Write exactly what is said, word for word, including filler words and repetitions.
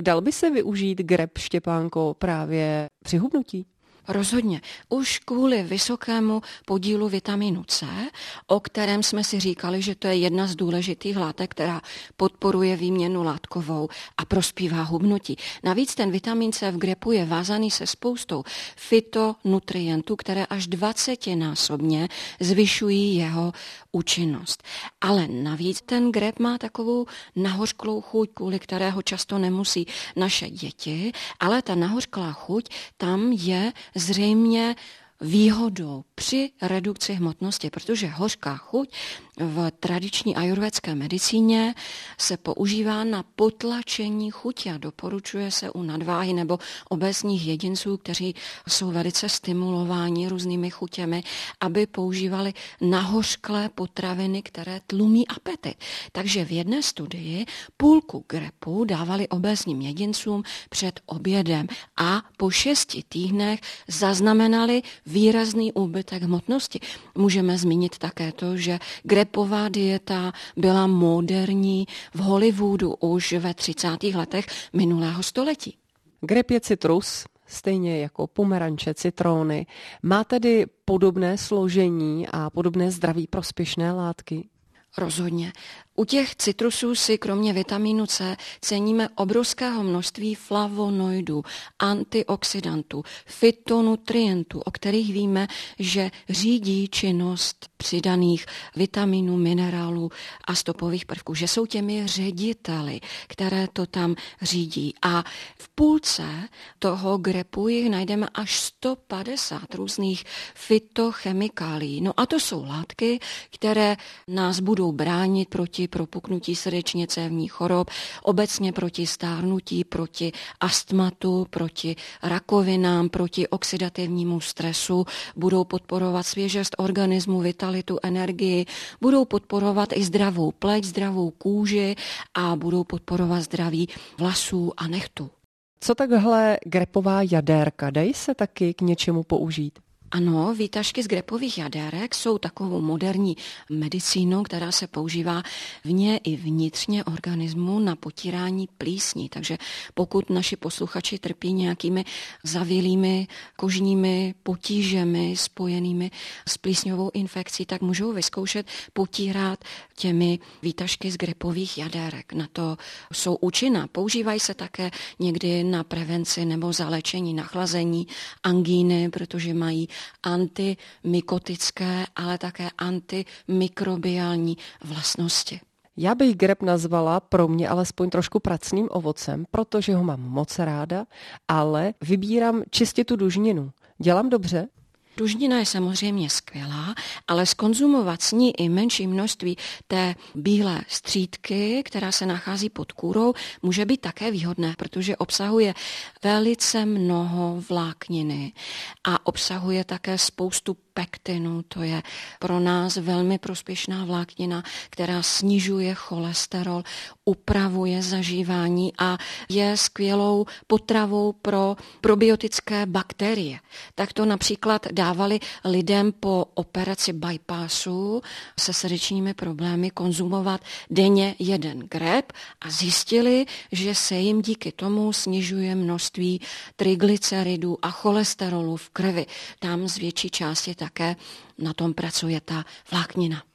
dal by se využít grep, Štěpánko, právě při hubnutí? Rozhodně. Už kvůli vysokému podílu vitamínu C, o kterém jsme si říkali, že to je jedna z důležitých látek, která podporuje výměnu látkovou a prospívá hubnutí. Navíc ten vitamin C v grepu je vázaný se spoustou fytonutrientů, které až dvacetinásobně zvyšují jeho účinnost. Ale navíc ten grep má takovou nahořklou chuť, kvůli kterého často nemusí naše děti, ale ta nahořklá chuť tam je zřejmě výhodou při redukci hmotnosti, protože hořká chuť v tradiční ajurvédské medicíně se používá na potlačení chuti a doporučuje se u nadváhy nebo obézních jedinců, kteří jsou velice stimulováni různými chutěmi, aby používali nahořklé potraviny, které tlumí apetit. Takže v jedné studii půlku grepu dávali obézním jedincům před obědem a po šesti týdnech zaznamenali výrazný úbytek hmotnosti. Můžeme zmínit také to, že grepová dieta byla moderní v Hollywoodu už ve třicátých letech minulého století. Grep je citrus, stejně jako pomeranče, citróny. Má tedy podobné složení a podobné zdraví prospěšné látky? Rozhodně. U těch citrusů si kromě vitamínu C ceníme obrovského množství flavonoidů, antioxidantů, fytonutrientů, o kterých víme, že řídí činnost přidaných vitaminů, minerálů a stopových prvků, že jsou těmi řediteli, které to tam řídí. A v půlce toho grepu jich najdeme až sto padesát různých fytochemikálií. No a to jsou látky, které nás budou bránit proti propuknutí srdečně cévních chorob, obecně proti stárnutí, proti astmatu, proti rakovinám, proti oxidativnímu stresu, budou podporovat svěžest organismu, vitalitu, energii, budou podporovat i zdravou pleť, zdravou kůži a budou podporovat zdraví vlasů a nechtů. Co takhle grepová jadérka? Dají se taky k něčemu použít? Ano, výtažky z grepových jadérek jsou takovou moderní medicínou, která se používá vně i vnitřně organismu na potírání plísní. Takže pokud naši posluchači trpí nějakými zavilými kožními potížemi spojenými s plísňovou infekcí, tak můžou vyzkoušet potírat těmi výtažky z grepových jadérek. Na to jsou účinná. Používají se také někdy na prevenci nebo zalečení nachlazení, angíny, protože mají antimykotické, ale také antimikrobiální vlastnosti. Já bych grep nazvala pro mě alespoň trošku pracným ovocem, protože ho mám moc ráda, ale vybírám čistě tu dužninu. Dělám dobře? Dužnina je samozřejmě skvělá, ale skonzumovat s ní i menší množství té bílé střídky, která se nachází pod kůrou, může být také výhodné, protože obsahuje velice mnoho vlákniny a obsahuje také spoustu pektinu, to je pro nás velmi prospěšná vláknina, která snižuje cholesterol, upravuje zažívání a je skvělou potravou pro probiotické bakterie. Tak to například dávali lidem po operaci bypassu se srdečními problémy konzumovat denně jeden grep a zjistili, že se jim díky tomu snižuje množství triglyceridů a cholesterolu v krvi. Tam z větší části také na tom pracuje ta vláknina.